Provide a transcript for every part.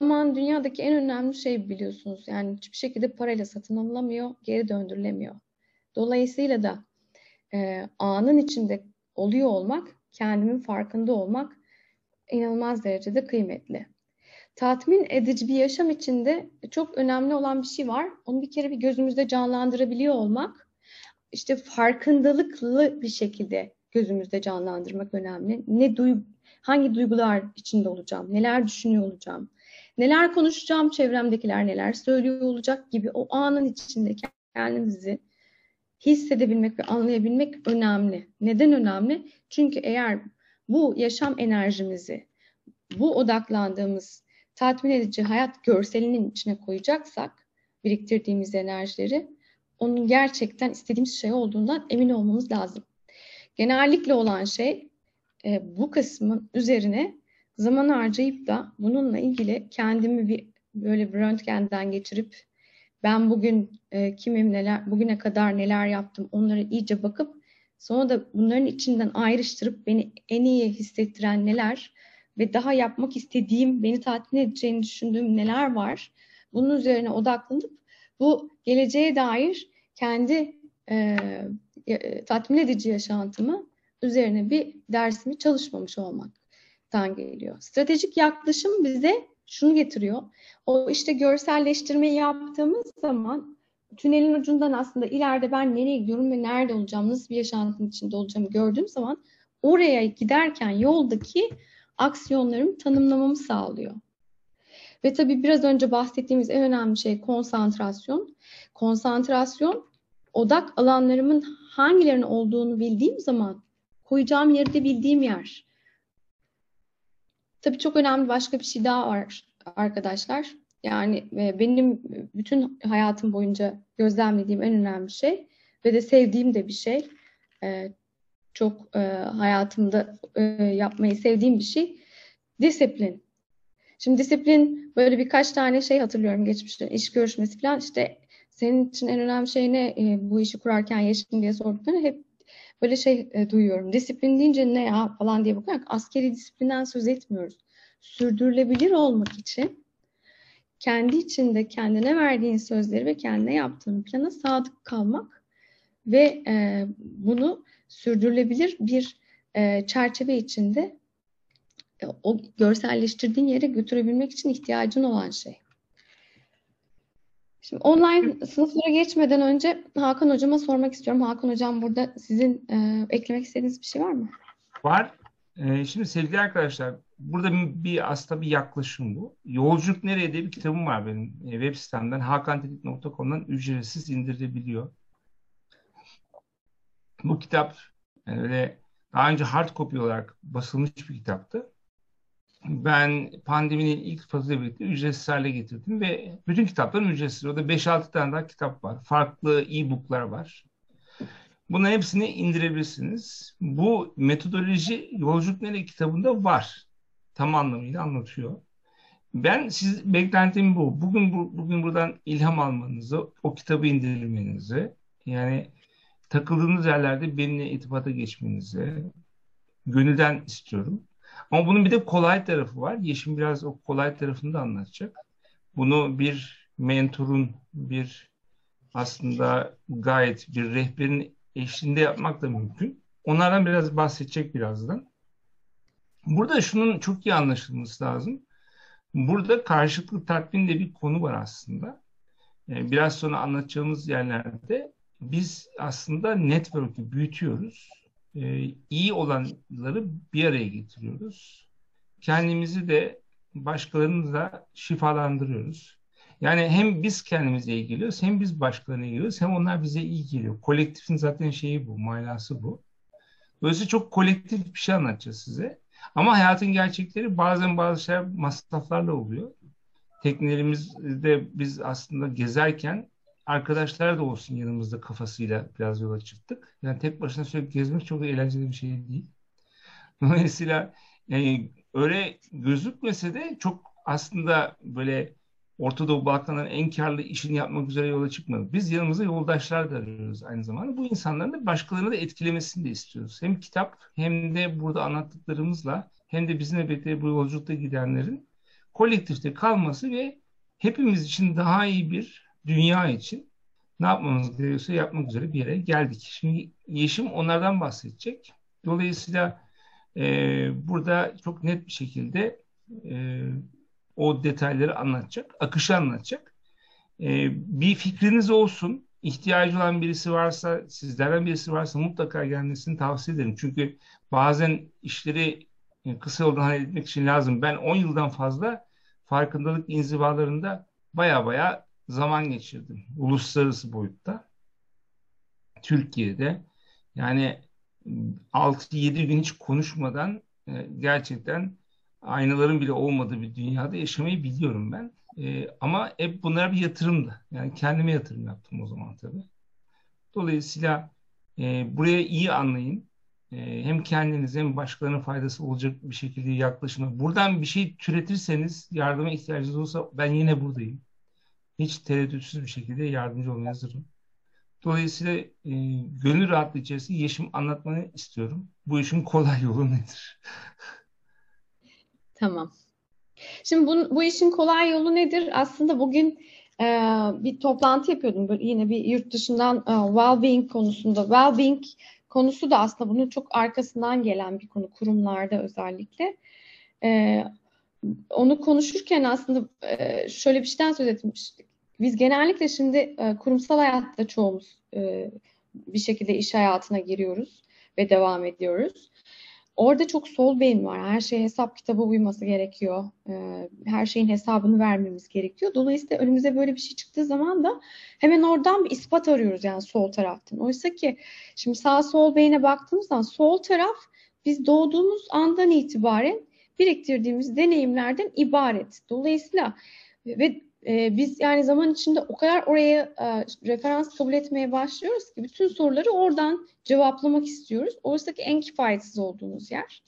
Zaman dünyadaki en önemli şey, biliyorsunuz. Yani hiçbir şekilde parayla satın alınamıyor, geri döndürülemiyor. Dolayısıyla da anın içinde oluyor olmak, kendimin farkında olmak inanılmaz derecede kıymetli. Tatmin edici bir yaşam içinde çok önemli olan bir şey var. Onu bir kere bir gözümüzde canlandırabiliyor olmak. İşte farkındalıklı bir şekilde gözümüzde canlandırmak önemli. Hangi duygular içinde olacağım, neler düşünüyor olacağım, neler konuşacağım, çevremdekiler neler söylüyor olacak gibi o anın içinde kendimizi hissedebilmek ve anlayabilmek önemli. Neden önemli? Çünkü eğer bu yaşam enerjimizi, bu odaklandığımız tatmin edici hayat görselinin içine koyacaksak, biriktirdiğimiz enerjileri, onun gerçekten istediğimiz şey olduğundan emin olmamız lazım. Genellikle olan şey bu kısmın üzerine zaman harcayıp da bununla ilgili kendimi böyle bir röntgenden geçirip ben bugün kimim, bugüne kadar neler yaptım, onlara iyice bakıp sonra da bunların içinden ayrıştırıp beni en iyi hissettiren neler ve daha yapmak istediğim, beni tatmin edeceğini düşündüğüm neler var. Bunun üzerine odaklanıp bu geleceğe dair kendi tatmin edici yaşantımı üzerine bir dersimi çalışmamış olmaktan geliyor. Stratejik yaklaşım bize şunu getiriyor. O işte görselleştirmeyi yaptığımız zaman tünelin ucundan aslında ileride ben nereye gidiyorum ve nerede olacağım, nasıl bir yaşantının içinde olacağımı gördüğüm zaman oraya giderken yoldaki aksiyonlarımı tanımlamamı sağlıyor. Ve tabii biraz önce bahsettiğimiz en önemli şey konsantrasyon. Konsantrasyon, odak alanlarımın hangilerinin olduğunu bildiğim zaman koyacağım yeri de bildiğim yer. Tabii çok önemli başka bir şey daha var arkadaşlar. Yani benim bütün hayatım boyunca gözlemlediğim en önemli şey ve de sevdiğim de bir şey. Çok hayatımda yapmayı sevdiğim bir şey. Disiplin. Şimdi disiplin, böyle birkaç tane şey hatırlıyorum geçmişte. İş görüşmesi falan, işte senin için en önemli şey ne bu işi kurarken yaşadın diye sorduklarında hep böyle şey duyuyorum. Disiplin deyince ne ya falan diye bakıyorum. Askeri disiplinden söz etmiyoruz. Sürdürülebilir olmak için kendi içinde kendine verdiğin sözleri ve kendine yaptığın plana sadık kalmak ve bunu sürdürülebilir bir çerçeve içinde o görselleştirdiğin yere götürebilmek için ihtiyacın olan şey. Şimdi online sınıflara geçmeden önce Hakan Hocam'a sormak istiyorum. Hakan Hocam, burada sizin eklemek istediğiniz bir şey var mı? Var. Şimdi sevgili arkadaşlar, burada aslında bir yaklaşım bu. Yolculuk Nereye diye bir kitabım var benim web sitemden hakantedik.com'dan ücretsiz indirilebiliyor. Bu kitap öyle daha önce hard copy olarak basılmış bir kitaptı. Ben pandeminin ilk fazıyla birlikte ücretsiz hale getirdim ve bütün kitapların ücretsiz. Orada 5-6 tane daha kitap var. Farklı e-booklar var. Bunların hepsini indirebilirsiniz. Bu metodoloji Yolculuk Nereye kitabında var. Tam anlamıyla anlatıyor. Beklentim bu. Bugün buradan ilham almanızı, o kitabı indirmenizi, yani takıldığınız yerlerde benimle irtibata geçmenizi gönülden istiyorum. Ama bunun bir de kolay tarafı var. Yeşim biraz o kolay tarafını da anlatacak. Bunu bir mentorun, bir aslında gayet bir rehberin eşliğinde yapmak da mümkün. Onlardan biraz bahsedecek birazdan. Burada şunun çok iyi anlaşılması lazım. Burada karşılıklı tatmin de bir konu var aslında. Biraz sonra anlatacağımız yerlerde biz aslında network'ü büyütüyoruz. İyi olanları bir araya getiriyoruz. Kendimizi de başkalarını da şifalandırıyoruz. Yani hem biz kendimize iyi geliyoruz, hem biz başkalarına iyi geliyoruz, hem onlar bize iyi geliyor. Kolektifin zaten şeyi bu, manası bu. Dolayısıyla çok kolektif bir şey anlatacağız size. Ama hayatın gerçekleri bazen bazı şeyler masraflarla oluyor. Teknelerimizde biz aslında gezerken arkadaşlar da olsun yanımızda kafasıyla biraz yola çıktık. Yani tek başına sürekli gezmek çok eğlenceli bir şey değil. Dolayısıyla öyle gözükmese de çok aslında böyle Orta Doğu Balkanların en karlı işini yapmak üzere yola çıkmadık. Biz yanımızda yoldaşlar da arıyoruz aynı zamanda. Bu insanların da başkalarını da etkilemesini de istiyoruz. Hem kitap hem de burada anlattıklarımızla hem de bizimle birlikte bu yolculukta gidenlerin kolektifte kalması ve hepimiz için daha iyi bir dünya için ne yapmamız gerekiyorsa yapmak üzere bir yere geldik. Şimdi Yeşim onlardan bahsedecek. Dolayısıyla burada çok net bir şekilde e, o detayları anlatacak, akışı anlatacak. Bir fikriniz olsun. İhtiyacı olan birisi varsa, sizlerden birisi varsa mutlaka gelmesini tavsiye ederim. Çünkü bazen işleri kısa yoldan halletmek için lazım. Ben 10 yıldan fazla farkındalık inzivalarında baya baya zaman geçirdim. Uluslararası boyutta. Türkiye'de. Yani 6-7 gün hiç konuşmadan gerçekten aynaların bile olmadığı bir dünyada yaşamayı biliyorum ben. Ama hep bunlar bir yatırımdı. Yani kendime yatırım yaptım o zaman tabii. Dolayısıyla buraya iyi anlayın. Hem kendinize hem başkalarına faydası olacak bir şekilde yaklaşın. Buradan bir şey türetirseniz, yardıma ihtiyacınız olursa ben yine buradayım. Hiç tereddütsüz bir şekilde yardımcı olmaya hazırım. Dolayısıyla gönül rahatlığı içerisinde Yeşim anlatmanı istiyorum. Bu işin kolay yolu nedir? Tamam. Şimdi bu işin kolay yolu nedir? Aslında bugün e, bir toplantı yapıyordum. Böyle yine bir yurt dışından well-being konusunda. Well-being konusu da aslında bunun çok arkasından gelen bir konu kurumlarda özellikle. E, Onu konuşurken aslında şöyle bir şeyden söz etmiştik. Biz genellikle şimdi kurumsal hayatta çoğumuz bir şekilde iş hayatına giriyoruz ve devam ediyoruz. Orada çok sol beyin var. Her şeye hesap kitabı uyması gerekiyor. Her şeyin hesabını vermemiz gerekiyor. Dolayısıyla önümüze böyle bir şey çıktığı zaman da hemen oradan bir ispat arıyoruz yani sol taraftan. Oysa ki şimdi sağ sol beyine baktığımız zaman sol taraf biz doğduğumuz andan itibaren biriktirdiğimiz deneyimlerden ibaret. Dolayısıyla ve biz yani zaman içinde o kadar oraya referans kabul etmeye başlıyoruz ki bütün soruları oradan cevaplamak istiyoruz. Oysa ki en kifayetsiz olduğumuz yer.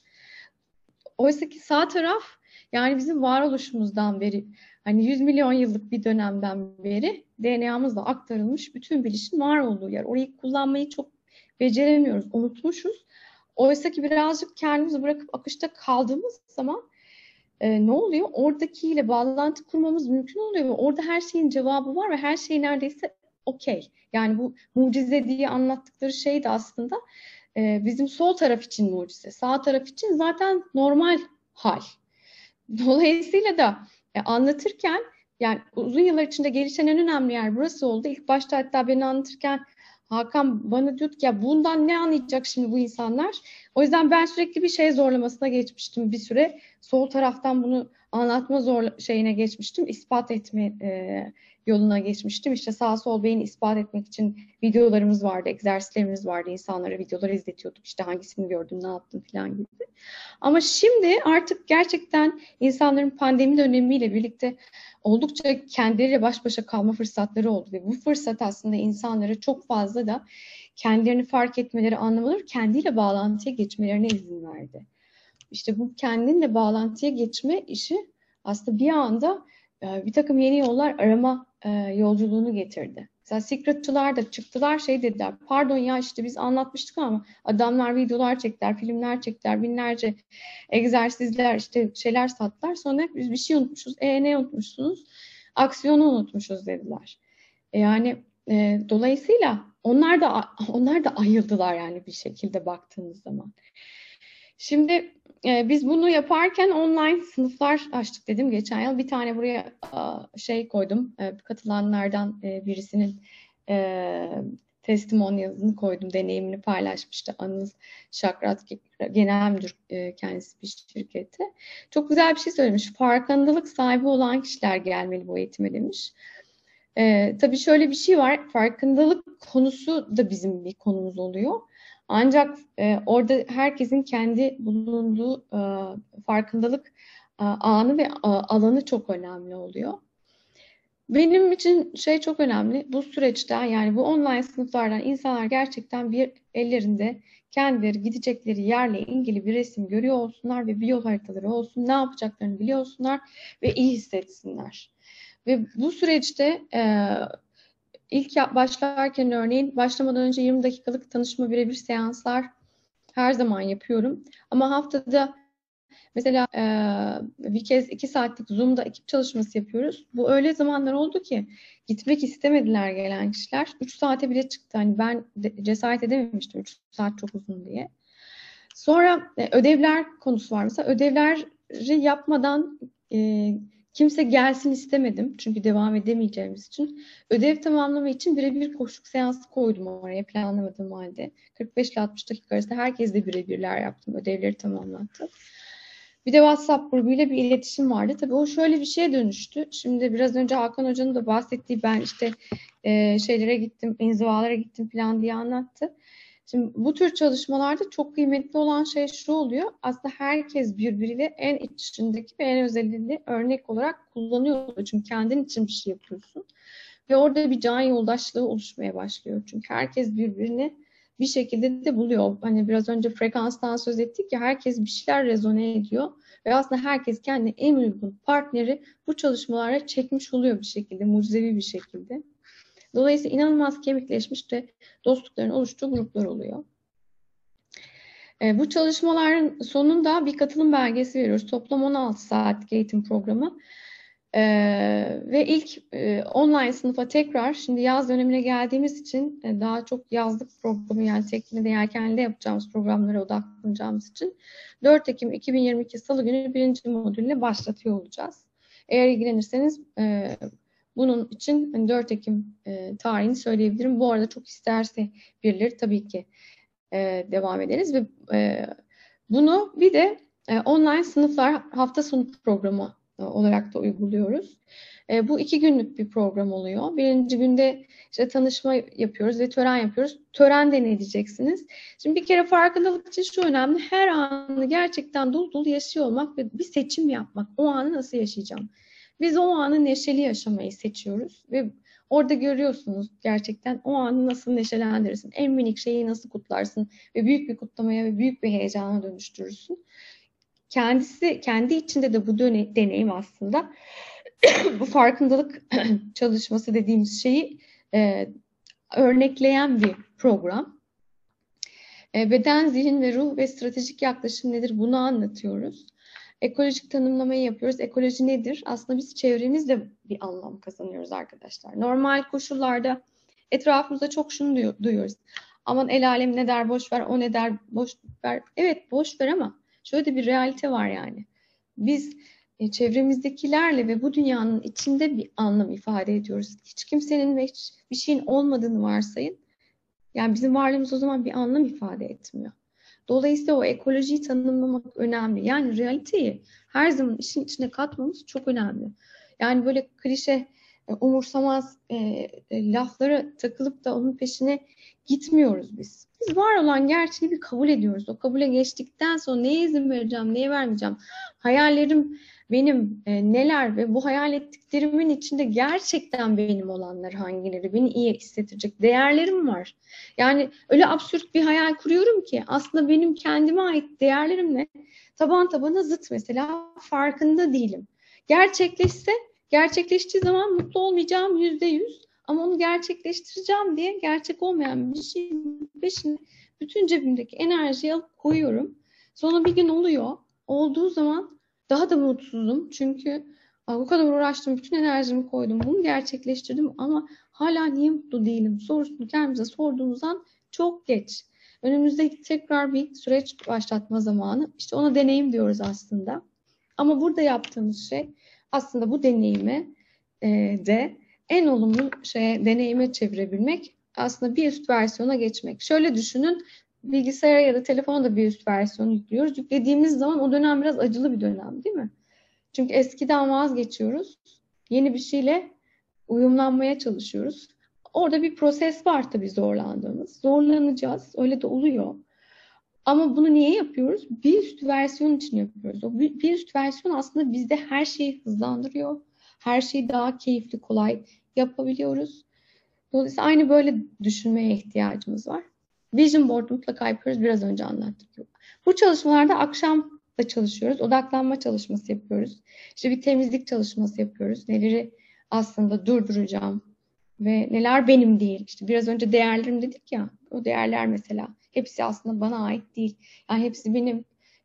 Oysa ki sağ taraf yani bizim varoluşumuzdan beri hani 100 milyon yıllık bir dönemden beri DNA'mızla aktarılmış bütün bilişin var olduğu yer. Orayı kullanmayı çok beceremiyoruz, unutmuşuz. Oysa ki birazcık kendimizi bırakıp akışta kaldığımız zaman ne oluyor? Oradakiyle bağlantı kurmamız mümkün oluyor ve orada her şeyin cevabı var ve her şey neredeyse okey. Yani bu mucize diye anlattıkları şey de aslında bizim sol taraf için mucize. Sağ taraf için zaten normal hal. Dolayısıyla da anlatırken yani uzun yıllar içinde gelişen en önemli yer burası oldu. İlk başta hatta beni anlatırken Hakan bana diyordu ki ya bundan ne anlayacak şimdi bu insanlar? O yüzden ben sürekli bir şey zorlamasına geçmiştim bir süre. Sol taraftan bunu anlatma şeyine geçmiştim. İspat etme yoluna geçmiştim. İşte sağ sol beyni ispat etmek için videolarımız vardı, egzersizlerimiz vardı. İnsanlara videoları izletiyorduk. İşte hangisini gördün, ne yaptın falan gibi. Ama şimdi artık gerçekten insanların pandemi dönemiyle birlikte oldukça kendileriyle baş başa kalma fırsatları oldu ve bu fırsat aslında insanlara çok fazla da kendilerini fark etmeleri, anlamaları, kendiyle bağlantıya geçmelerine izin verdi. İşte bu kendinle bağlantıya geçme işi aslında bir anda bir takım yeni yollar arama yolculuğunu getirdi. Mesela Secret'çılar da çıktılar şey dediler. Pardon ya işte biz anlatmıştık ama adamlar videolar çektiler, filmler çektiler, binlerce egzersizler işte şeyler sattılar. Sonra biz bir şey unutmuşuz. Ne unutmuşsunuz? Aksiyonu unutmuşuz dediler. Yani dolayısıyla onlar da ayıldılar yani bir şekilde baktığımız zaman. Şimdi biz bunu yaparken online sınıflar açtık dedim geçen yıl. Bir tane buraya şey koydum. Katılanlardan birisinin testimonyalını koydum. Deneyimini paylaşmıştı. Anıl Şakrat genel müdür kendisi bir şirkette. Çok güzel bir şey söylemiş. Farkındalık sahibi olan kişiler gelmeli bu eğitime demiş. Tabii şöyle bir şey var. Farkındalık konusu da bizim bir konumuz oluyor. Ancak orada herkesin kendi bulunduğu farkındalık anı ve alanı çok önemli oluyor. Benim için şey çok önemli. Bu süreçte yani bu online sınıflardan insanlar gerçekten bir ellerinde kendileri gidecekleri yerle ilgili bir resim görüyor olsunlar ve bir yol haritaları olsun. Ne yapacaklarını biliyorsunlar ve iyi hissetsinler. Ve bu süreçte ilk başlarken örneğin başlamadan önce 20 dakikalık tanışma birebir seanslar her zaman yapıyorum. Ama haftada mesela bir kez 2 saatlik Zoom'da ekip çalışması yapıyoruz. Bu öyle zamanlar oldu ki gitmek istemediler gelen kişiler. 3 saate bile çıktı. Hani ben cesaret edememiştim 3 saat çok uzun diye. Sonra ödevler konusu var. Mesela ödevleri yapmadan kimse gelsin istemedim. Çünkü devam edemeyeceğimiz için. Ödev tamamlama için birebir koşuk seansı koydum oraya planlamadığım halde. 45 ile 60 dakika arasında herkesle birebirler yaptım. Ödevleri tamamlattım. Bir de WhatsApp grubuyla bir iletişim vardı. Tabii o şöyle bir şeye dönüştü. Şimdi biraz önce Hakan Hoca'nın da bahsettiği, ben işte şeylere gittim, inzivalara gittim falan diye anlattı. Şimdi bu tür çalışmalarda çok kıymetli olan şey şu oluyor. Aslında herkes birbiriyle en içindeki ve en özelini örnek olarak kullanıyor. Çünkü kendin için bir şey yapıyorsun. Ve orada bir can yoldaşlığı oluşmaya başlıyor. Çünkü herkes birbirini bir şekilde de buluyor. Hani biraz önce frekanstan söz ettik ya, herkes bir şeyler rezone ediyor. Ve aslında herkes kendi en uygun partneri bu çalışmalara çekmiş oluyor bir şekilde, mucizevi bir şekilde. Dolayısıyla inanılmaz kemikleşmiş ve dostlukların oluştuğu gruplar oluyor. Bu çalışmaların sonunda bir katılım belgesi veriyoruz. Toplam 16 saatlik eğitim programı. Ve ilk online sınıfa tekrar, şimdi yaz dönemine geldiğimiz için daha çok yazlık programı, yani teknede yelkenli yapacağımız programlara odaklanacağımız için 4 Ekim 2022 Salı günü 1. modülle başlatıyor olacağız. Eğer ilgilenirseniz bunun için 4 Ekim tarihini söyleyebilirim. Bu arada çok isterse birileri tabii ki devam ederiz ve bunu bir de online sınıflar hafta sonu programı olarak da uyguluyoruz. Bu 2 günlük bir program oluyor. Birinci günde işte tanışma yapıyoruz ve tören yapıyoruz. Törende ne diyeceksiniz? Şimdi bir kere farkındalık için şu önemli: her anı gerçekten dolu dolu yaşıyor olmak ve bir seçim yapmak. O anı nasıl yaşayacağım? Biz o anı neşeli yaşamayı seçiyoruz ve orada görüyorsunuz gerçekten o anı nasıl neşelendirirsin, en minik şeyi nasıl kutlarsın ve büyük bir kutlamaya ve büyük bir heyecana dönüştürürsün. Kendi içinde de bu deneyim aslında bu farkındalık çalışması dediğimiz şeyi örnekleyen bir program. Beden, zihin ve ruh ve stratejik yaklaşım nedir? Bunu anlatıyoruz. Ekolojik tanımlamayı yapıyoruz. Ekoloji nedir? Aslında biz çevremizle bir anlam kazanıyoruz arkadaşlar. Normal koşullarda etrafımızda çok şunu duyuyoruz: aman el alem ne der, boş ver, o ne der, boş ver. Evet, boş ver ama şöyle de bir realite var yani. Biz çevremizdekilerle ve bu dünyanın içinde bir anlam ifade ediyoruz. Hiç kimsenin ve hiçbir şeyin olmadığını varsayın. Yani bizim varlığımız o zaman bir anlam ifade etmiyor. Dolayısıyla o ekolojiyi tanımlamak önemli. Yani realiteyi her zaman işin içine katmamız çok önemli. Yani böyle klişe, umursamaz laflara takılıp da onun peşine gitmiyoruz biz. Biz var olan gerçeği bir kabul ediyoruz. O kabule geçtikten sonra neye izin vereceğim, neye vermeyeceğim? Hayallerim benim neler ve bu hayal ettiklerimin içinde gerçekten benim olanlar hangileri, beni iyi hissettirecek değerlerim var. Yani öyle absürt bir hayal kuruyorum ki aslında benim kendime ait değerlerimle taban tabana zıt, mesela farkında değilim. Gerçekleştiği zaman mutlu olmayacağım %100, ama onu gerçekleştireceğim diye gerçek olmayan bir şeyin peşine bütün cebimdeki enerjiyi alıp koyuyorum. Sonra bir gün oluyor. Olduğu zaman daha da mutsuzum. Çünkü bu kadar uğraştım, bütün enerjimi koydum, bunu gerçekleştirdim ama hala niye mutlu değilim sorusunu kendimize sorduğumuzdan çok geç. Önümüzde tekrar bir süreç başlatma zamanı. İşte ona deneyim diyoruz aslında. Ama burada yaptığımız şey aslında bu deneyimi de en olumlu deneyime çevirebilmek. Aslında bir üst versiyona geçmek. Şöyle düşünün, bilgisayara ya da telefona da bir üst versiyonu yüklüyoruz. Yüklediğimiz zaman o dönem biraz acılı bir dönem, değil mi? Çünkü eskiden vazgeçiyoruz. Yeni bir şeyle uyumlanmaya çalışıyoruz. Orada bir proses var tabii, zorlandığımız. Zorlanacağız. Öyle de oluyor. Ama bunu niye yapıyoruz? Bir üst versiyon için yapıyoruz. O bir üst versiyon aslında bizde her şeyi hızlandırıyor. Her şeyi daha keyifli, kolay yapabiliyoruz. Dolayısıyla aynı böyle düşünmeye ihtiyacımız var. Vision board mutlaka yapıyoruz. Biraz önce anlattık. Bu çalışmalarda akşam da çalışıyoruz. Odaklanma çalışması yapıyoruz. İşte bir temizlik çalışması yapıyoruz. Neleri aslında durduracağım ve neler benim değil. İşte biraz önce değerlerim dedik ya. O değerler mesela hepsi aslında bana ait değil. Yani hepsi benim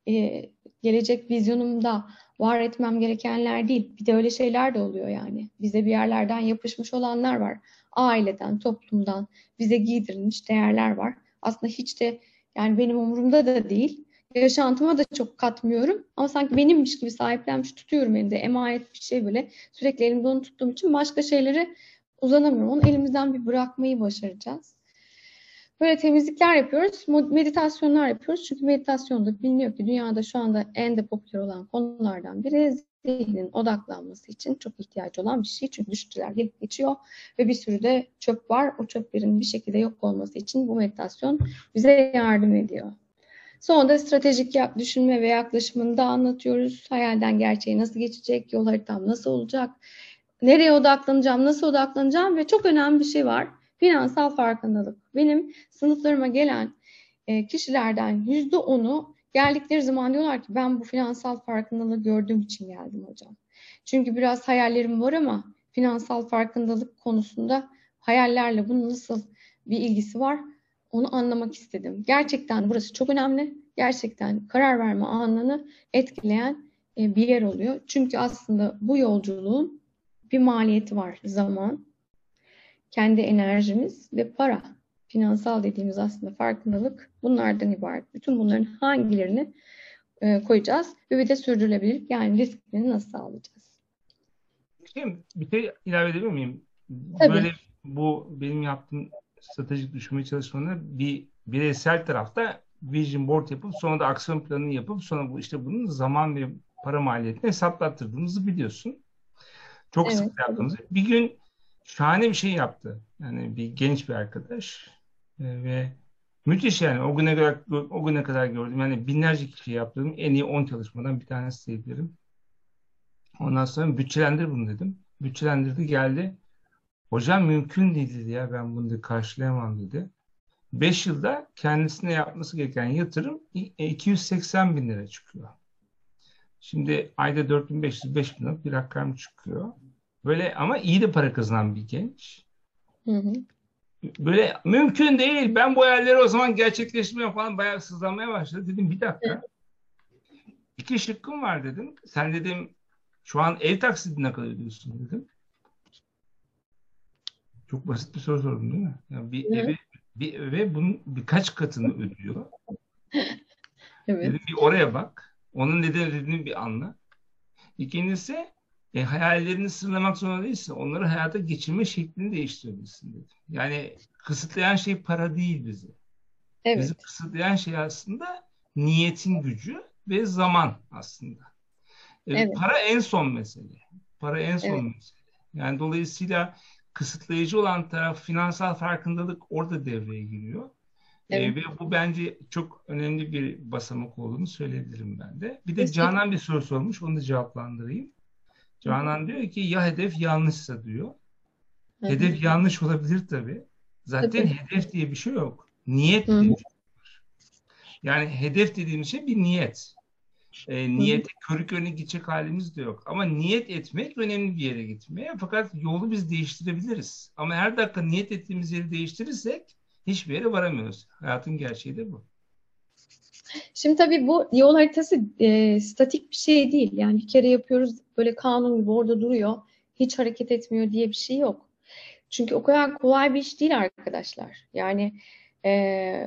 gelecek vizyonumda var etmem gerekenler değil. Bir de öyle şeyler de oluyor yani. Bize bir yerlerden yapışmış olanlar var. Aileden, toplumdan bize giydirilmiş değerler var. Aslında hiç de yani benim umurumda da değil. Yaşantıma da çok katmıyorum. Ama sanki benimmiş gibi sahiplenmiş tutuyorum elimde. Emanet bir şey böyle. Sürekli elimde onu tuttuğum için başka şeylere uzanamıyorum. Onu elimizden bir bırakmayı başaracağız. Böyle temizlikler yapıyoruz, meditasyonlar yapıyoruz. Çünkü meditasyonda biliniyor ki dünyada şu anda en de popüler olan konulardan biri zihnin odaklanması için çok ihtiyacı olan bir şey. Çünkü düşünceler gelip geçiyor ve bir sürü de çöp var. O çöplerin bir şekilde yok olması için bu meditasyon bize yardım ediyor. Sonra da stratejik düşünme ve yaklaşımını da anlatıyoruz. Hayalden gerçeğe nasıl geçecek, yol haritam nasıl olacak, nereye odaklanacağım, nasıl odaklanacağım ve çok önemli bir şey var. Finansal farkındalık. Benim sınıflarıma gelen kişilerden %10'u geldikleri zaman diyorlar ki ben bu finansal farkındalığı gördüğüm için geldim hocam. Çünkü biraz hayallerim var ama finansal farkındalık konusunda hayallerle bunun nasıl bir ilgisi var onu anlamak istedim. Gerçekten burası çok önemli. Gerçekten karar verme anını etkileyen bir yer oluyor. Çünkü aslında bu yolculuğun bir maliyeti var. Zaman, kendi enerjimiz ve para. Finansal dediğimiz aslında farkındalık bunlardan ibaret. Bütün bunların hangilerini koyacağız ve bir de sürdürülebilir yani riskini nasıl sağlayacağız? Bir şey ilave edebilir miyim? Tabii. Böyle bu benim yaptığım stratejik düşünme çalışmalarında bir bireysel tarafta vision board yapıp sonra da aksiyon planını yapıp sonra bu işte bunun zaman ve para maliyetini hesaplattırdığımızı biliyorsun. Çok Evet. sık Tabii. yaptığımızı. Bir gün şahane bir şey yaptı. Yani bir genç bir arkadaş. Ve müthiş yani o güne kadar gördüm. Yani binlerce kişi yaptığım en iyi 10 çalışmadan bir tanesi diyebilirim. Ondan sonra bütçelendir bunu dedim. Bütçelendirdi geldi. Hocam mümkün değil dedi ya ben bunu karşılayamam dedi. 5 yılda kendisine yapması gereken yatırım 280 bin lira çıkıyor. Şimdi ayda 4.500-5.000 liralık bir rakam çıkıyor. Böyle ama iyi de para kazanan bir genç. Hı hı. Böyle mümkün değil. Ben bu hayalleri o zaman gerçekleştirmiyorum falan bayağı sızlanmaya başladı. Dedim bir dakika. İki şıkkım var dedim. Sen dedim şu an ev taksidine kadar ödüyorsun dedim. Çok basit bir soru sordum değil mi? Yani Hı. bir eve bunun birkaç katını ödüyor. Evet. Dedim bir oraya bak. Onun neden ödediğini bir anla. İkincisi hayallerini sınırlamak zorunda değilsin. Onları hayata geçirme şeklini değiştirebilirsin dedim. Yani kısıtlayan şey para değil bizi. Bizi Evet. kısıtlayan şey aslında niyetin gücü ve zaman aslında. Evet. Para en son mesele. Para en Evet. son mesele. Yani dolayısıyla kısıtlayıcı olan taraf finansal farkındalık orada devreye giriyor. Evet. Ve bu bence çok önemli bir basamak olduğunu söyleyebilirim ben de. Bir de Kesinlikle. Canan bir soru sormuş, onu da cevaplandırayım. Hı hı. Canan diyor ki ya hedef yanlışsa diyor. Hı hı. Hedef yanlış olabilir tabii. Zaten Tabii. hedef diye bir şey yok. Hı Niyet diye hı. bir şey. Yani hedef dediğimiz şey bir niyet. Hı hı. Niyete körü körüne gidecek halimiz de yok. Ama niyet etmek önemli bir yere gitmeye. Fakat yolu biz değiştirebiliriz. Ama her dakika niyet ettiğimiz yeri değiştirirsek hiçbir yere varamıyoruz. Hayatın gerçeği de bu. Şimdi tabii bu yol haritası statik bir şey değil. Yani bir kere yapıyoruz böyle kanun gibi orada duruyor. Hiç hareket etmiyor diye bir şey yok. Çünkü o kadar kolay bir iş değil arkadaşlar. Yani e,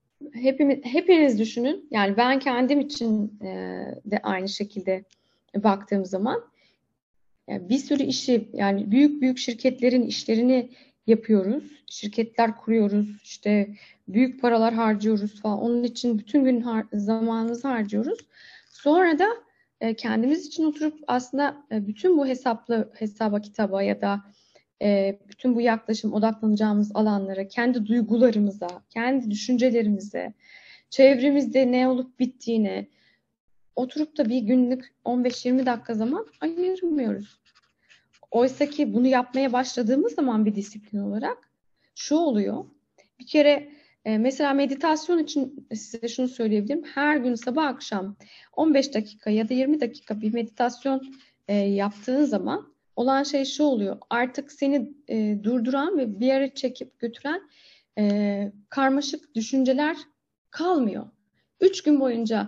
hepiniz düşünün. Yani ben kendim için de aynı şekilde baktığım zaman yani bir sürü işi yani büyük büyük şirketlerin işlerini yapıyoruz. Şirketler kuruyoruz. İşte büyük paralar harcıyoruz falan. Onun için bütün gün zamanımızı harcıyoruz. Sonra da kendimiz için oturup aslında bütün bu hesaba kitaba ya da bütün bu yaklaşım odaklanacağımız alanlara, kendi duygularımıza, kendi düşüncelerimize, çevremizde ne olup bittiğine oturup da bir günlük 15-20 dakika zaman ayırmıyoruz. Oysa ki bunu yapmaya başladığımız zaman bir disiplin olarak şu oluyor. Bir kere mesela meditasyon için size şunu söyleyebilirim. Her gün sabah akşam 15 dakika ya da 20 dakika bir meditasyon yaptığın zaman olan şey şu oluyor. Artık seni durduran ve bir yere çekip götüren karmaşık düşünceler kalmıyor. 3 gün boyunca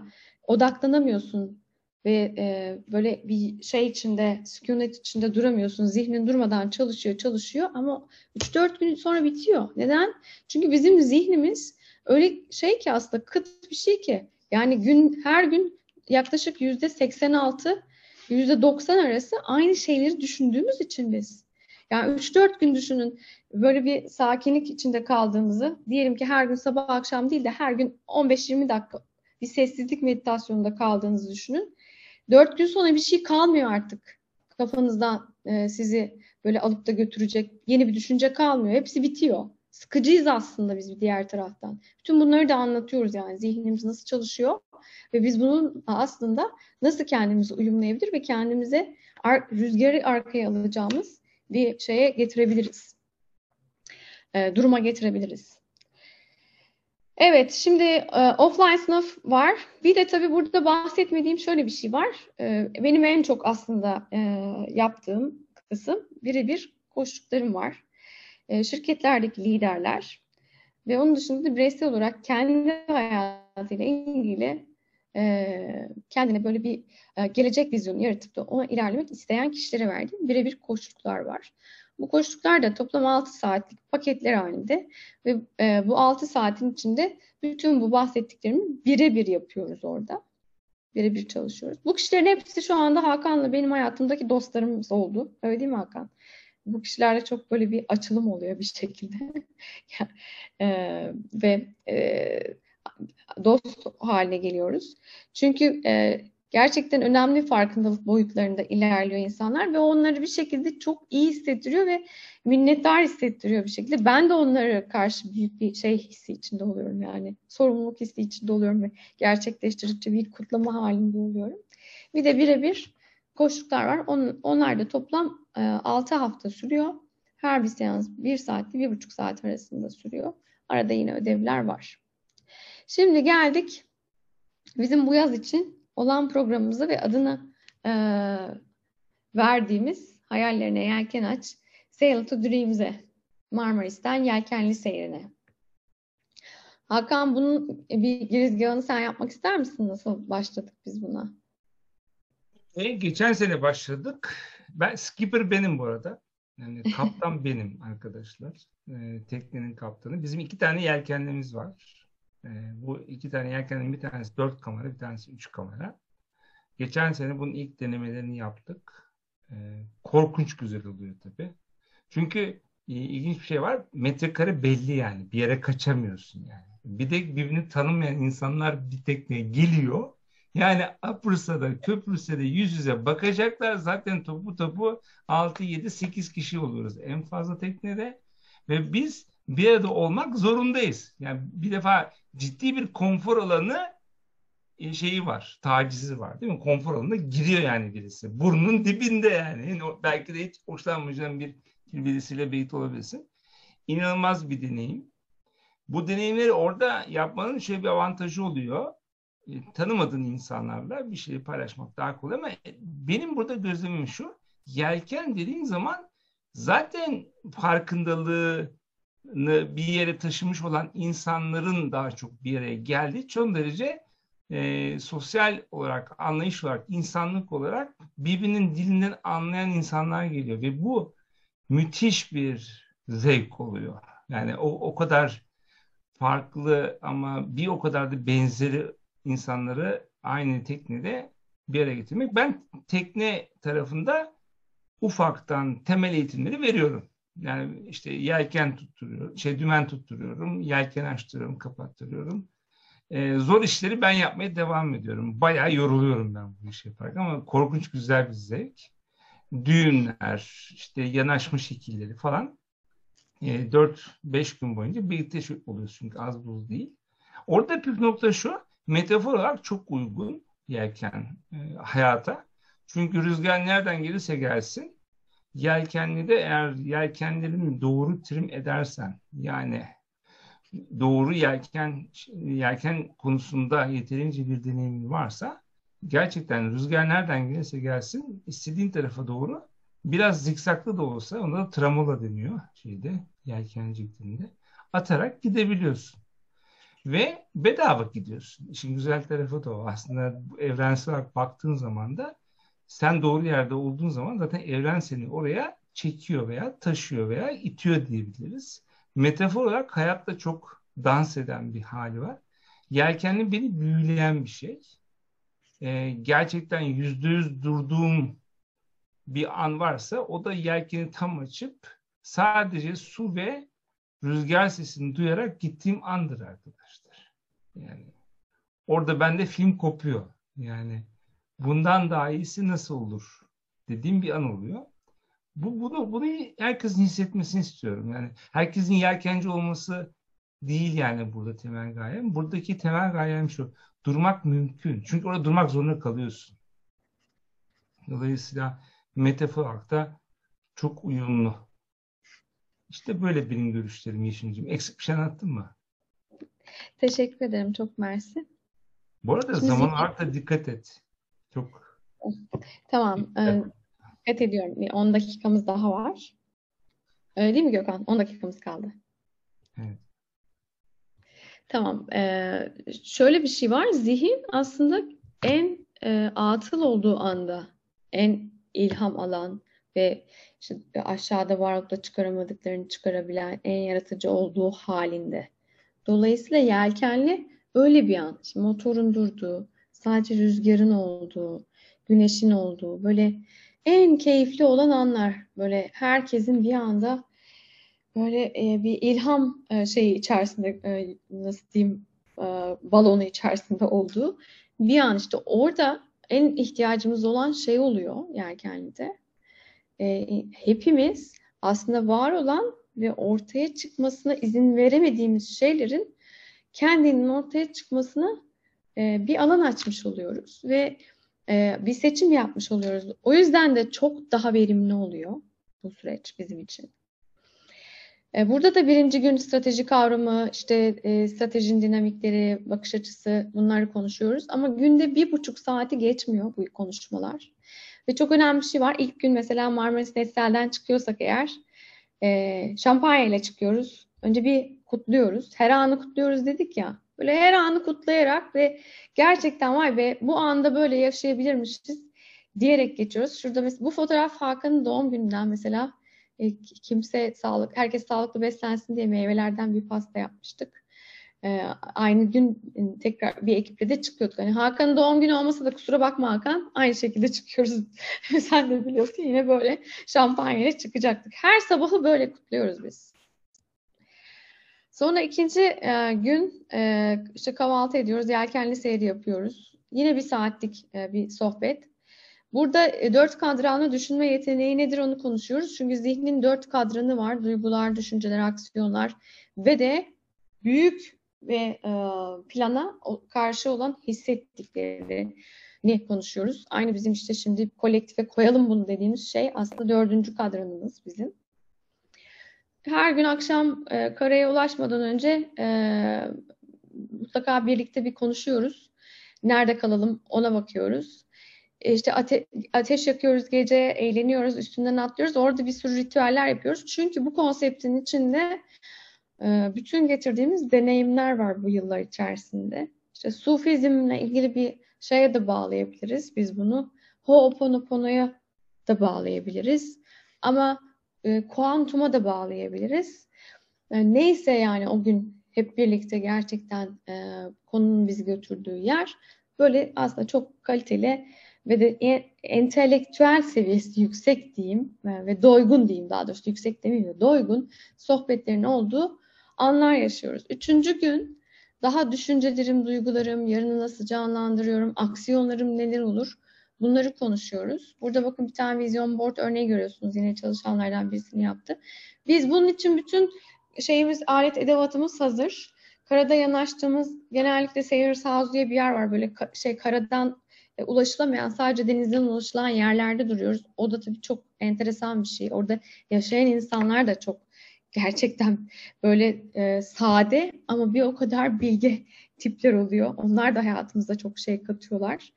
odaklanamıyorsun ve böyle bir şey içinde, sükunet içinde duramıyorsun. Zihnin durmadan çalışıyor ama 3-4 gün sonra bitiyor. Neden? Çünkü bizim zihnimiz öyle şey ki, aslında kıt bir şey ki. Yani her gün yaklaşık %86, %90 arası aynı şeyleri düşündüğümüz için biz. Yani 3-4 gün düşünün, böyle bir sakinlik içinde kaldığımızı. Diyelim ki her gün sabah akşam değil de her gün 15-20 dakika bir sessizlik meditasyonunda kaldığınızı düşünün. 4 gün sonra bir şey kalmıyor artık. Kafanızdan sizi böyle alıp da götürecek yeni bir düşünce kalmıyor. Hepsi bitiyor. Sıkıcıyız aslında biz bir diğer taraftan. Bütün bunları da anlatıyoruz, yani zihnimiz nasıl çalışıyor ve biz bunun aslında nasıl kendimizi uyumlayabilir ve kendimize rüzgarı arkaya alacağımız bir şeye getirebiliriz. Duruma getirebiliriz. Evet, şimdi offline sınav var. Bir de tabii burada bahsetmediğim şöyle bir şey var. Benim en çok aslında yaptığım kısım birebir koçluklarım var. Şirketlerdeki liderler ve onun dışında da bireysel olarak kendi hayatıyla ilgili kendine böyle bir gelecek vizyonu yaratıp da ona ilerlemek isteyen kişilere verdiğim birebir koçluklar var. Bu koçluklar da toplam 6 saatlik paketler halinde ve bu 6 saatin içinde bütün bu bahsettiklerimi birebir yapıyoruz orada. Birebir çalışıyoruz. Bu kişilerin hepsi şu anda Hakan'la benim hayatımdaki dostlarımız oldu. Öyle değil mi Hakan? Bu kişilerle çok böyle bir açılım oluyor bir şekilde. Ve dost haline geliyoruz. Çünkü gerçekten önemli farkındalık boyutlarında ilerliyor insanlar ve onları bir şekilde çok iyi hissettiriyor ve minnettar hissettiriyor bir şekilde. Ben de onlara karşı büyük bir şey hissi içinde oluyorum, yani sorumluluk hissi içinde oluyorum ve gerçekleştirdikçe bir kutlama halinde oluyorum. Bir de birebir koşullar var. Onlar da toplam 6 hafta sürüyor. Her bir seans 1 saatle 1,5 saat arasında sürüyor. Arada yine ödevler var. Şimdi geldik bizim bu yaz için olan programımıza ve adını verdiğimiz Hayallerine Yelken Aç, Sail to Dreams'e, Marmaris'ten yelkenli seyrine. Hakan, bunun bir girizgahını sen yapmak ister misin? Nasıl başladık biz buna? Geçen sene başladık. Skipper benim bu arada. Yani kaptan benim arkadaşlar. Teknenin kaptanı. Bizim 2 tane yelkenlimiz var. Bu 2 tane yelkenlerin bir tanesi 4 kamera, bir tanesi 3 kamera. Geçen sene bunun ilk denemelerini yaptık. Korkunç güzel oluyor tabii. Çünkü ilginç bir şey var. Metrekare belli yani. Bir yere kaçamıyorsun yani. Bir de birbirini tanımayan insanlar bir tekneye geliyor. Yani Apırsa'da, Köprüs'te de yüz yüze bakacaklar. Zaten topu 6, 7, 8 kişi oluyoruz en fazla teknede. Ve biz bir arada olmak zorundayız. Yani bir defa ciddi bir konfor alanı şeyi var, tacizi var değil mi? Konfor alanına giriyor yani birisi. Burnun dibinde yani. Yani belki de hiç hoşlanmayacağın birisiyle birlikte olabilirsin. İnanılmaz bir deneyim. Bu deneyimleri orada yapmanın şöyle bir avantajı oluyor. Tanımadığın insanlarla bir şeyi paylaşmak daha kolay ama benim burada gözlemim şu. Yelken dediğin zaman zaten farkındalığını bir yere taşımış olan insanların daha çok bir araya geldiği çok derece sosyal olarak, anlayış olarak, insanlık olarak birbirinin dilinden anlayan insanlar geliyor ve bu müthiş bir zevk oluyor. Yani o kadar farklı ama bir o kadar da benzeri insanları aynı teknede bir araya getirmek. Ben tekne tarafında ufaktan temel eğitimleri veriyorum. Yani işte yelken tutturuyorum, dümen tutturuyorum, yelken açtırıyorum, kapattırıyorum. Zor işleri ben yapmaya devam ediyorum. Bayağı yoruluyorum ben bu işi yaparken ama korkunç güzel bir zevk. Düğünler, işte yanaşma şekilleri falan 4-5 gün boyunca birlikte oluyoruz çünkü az buz değil. Orada püf nokta şu, metafor olarak çok uygun yelken hayata. Çünkü rüzgar nereden gelirse gelsin, yelkenli de eğer yelkenlerini doğru trim edersen, yani doğru yelken konusunda yeterince bir deneyimin varsa gerçekten rüzgar nereden gelirse gelsin istediğin tarafa doğru biraz zikzaklı da olsa ona da tramola deniyor yelkencilik dilinde atarak gidebiliyorsun. Ve bedava gidiyorsun. İşin güzel tarafı da o. Aslında evrensel olarak baktığın zaman da sen doğru yerde olduğun zaman zaten evren seni oraya çekiyor veya taşıyor veya itiyor diyebiliriz. Metafor olarak hayatta çok dans eden bir hali var. Yelkenli beni büyüleyen bir şey. Gerçekten %100 durduğum bir an varsa o da yelkeni tam açıp sadece su ve rüzgar sesini duyarak gittiğim andır arkadaşlar. Yani orada bende film kopuyor. Yani bundan daha iyisi nasıl olur dediğim bir an oluyor. Bunu herkesin hissetmesini istiyorum. Yani herkesin yelkenci olması değil yani burada temel gayem. Buradaki temel gayem şu. Durmak mümkün. Çünkü orada durmak zorunda kalıyorsun. Dolayısıyla metafor olarak da çok uyumlu. İşte böyle benim görüşlerim Yeşim'ciğim. Eksik bir şey anlattın mı? Teşekkür ederim. Çok mersi. Bu arada Şimdi zaman zihin, olarak da dikkat et. Çok tamam. dikkat. Dikkat ediyorum. 10 dakikamız daha var. Öyle değil mi Gökhan? 10 dakikamız kaldı. Evet. Tamam. Şöyle bir şey var. Zihin aslında en atıl olduğu anda en ilham alan ve işte aşağıda varlıkla çıkaramadıklarını çıkarabilen en yaratıcı olduğu halinde. Dolayısıyla yelkenli öyle bir an. Şimdi motorun durduğu, sadece rüzgarın olduğu, güneşin olduğu böyle en keyifli olan anlar. Böyle herkesin bir anda böyle bir ilham şeyi içerisinde nasıl diyeyim balonu içerisinde olduğu bir an işte orada en ihtiyacımız olan şey oluyor yelkenlide. Hepimiz aslında var olan ve ortaya çıkmasına izin veremediğimiz şeylerin kendinin ortaya çıkmasına bir alan açmış oluyoruz ve bir seçim yapmış oluyoruz. O yüzden de çok daha verimli oluyor bu süreç bizim için. Burada da birinci gün strateji kavramı, işte stratejinin dinamikleri, bakış açısı bunları konuşuyoruz. Ama günde 1,5 saati geçmiyor bu konuşmalar. Ve çok önemli bir şey var. İlk gün mesela Marmaris Netsel'den çıkıyorsak eğer şampanya ile çıkıyoruz. Önce bir kutluyoruz. Her anı kutluyoruz dedik ya. Böyle her anı kutlayarak ve gerçekten vay be bu anda böyle yaşayabilirmişiz diyerek geçiyoruz. Şurada mesela bu fotoğraf Hakan'ın doğum gününden mesela herkes sağlıklı beslensin diye meyvelerden bir pasta yapmıştık. Aynı gün tekrar bir ekiple de çıkıyorduk. Hani Hakan'ın doğum günü olmasa da kusura bakma Hakan. Aynı şekilde çıkıyoruz. Sen de biliyorsun yine böyle şampanyayla çıkacaktık. Her sabahı böyle kutluyoruz biz. Sonra ikinci gün işte kahvaltı ediyoruz. Yelkenli seyri yapıyoruz. Yine bir saatlik bir sohbet. Burada 4 kadranlı düşünme yeteneği nedir onu konuşuyoruz. Çünkü zihnin 4 kadranı var. Duygular, düşünceler, aksiyonlar ve de büyük ve plana karşı olan hissettiklerini konuşuyoruz. Aynı bizim işte şimdi kolektife koyalım bunu dediğimiz şey aslında 4. kadranımız bizim. Her gün akşam karaya ulaşmadan önce mutlaka birlikte bir konuşuyoruz. Nerede kalalım ona bakıyoruz. İşte ateş yakıyoruz gece, eğleniyoruz, üstünden atlıyoruz. Orada bir sürü ritüeller yapıyoruz. Çünkü bu konseptin içinde bütün getirdiğimiz deneyimler var bu yıllar içerisinde. İşte Sufizmle ilgili bir şeye de bağlayabiliriz biz bunu. Ho'oponopono'ya da bağlayabiliriz. Ama kuantuma da bağlayabiliriz. Neyse yani o gün hep birlikte gerçekten konunun bizi götürdüğü yer böyle aslında çok kaliteli ve de entelektüel seviyesi yüksek diyeyim ve doygun diyeyim daha doğrusu yüksek demeyeyim de doygun sohbetlerin olduğu anlar yaşıyoruz. Üçüncü gün daha düşüncelerim, duygularım, yarını nasıl canlandırıyorum, aksiyonlarım neler olur bunları konuşuyoruz. Burada bakın bir tane vizyon board örneği görüyorsunuz. Yine çalışanlardan birisini yaptı. Biz bunun için bütün alet edevatımız hazır. Karada yanaştığımız genellikle Sailor's House diye bir yer var. Böyle karadan ulaşılamayan sadece denizden ulaşılan yerlerde duruyoruz. O da tabii çok enteresan bir şey. Orada yaşayan insanlar da çok gerçekten böyle sade ama bir o kadar bilge tipler oluyor. Onlar da hayatımıza çok şey katıyorlar.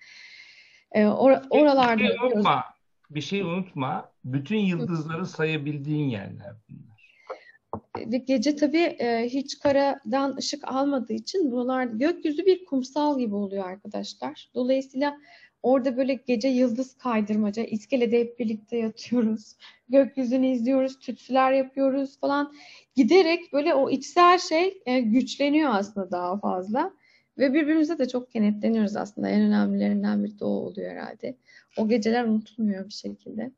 Oralarda oluyoruz. Bir şey unutma. Bütün yıldızları sayabildiğin yerler bunlar. ve gece tabii hiç karadan ışık almadığı için buralar gökyüzü bir kumsal gibi oluyor arkadaşlar. Dolayısıyla orada böyle gece yıldız kaydırmaca, iskelede hep birlikte yatıyoruz. Gökyüzünü izliyoruz, tütsüler yapıyoruz falan. Giderek böyle o içsel şey güçleniyor aslında daha fazla. Ve birbirimize de çok kenetleniyoruz aslında. En önemlilerinden biri de o oluyor herhalde. O geceler unutulmuyor bir şekilde.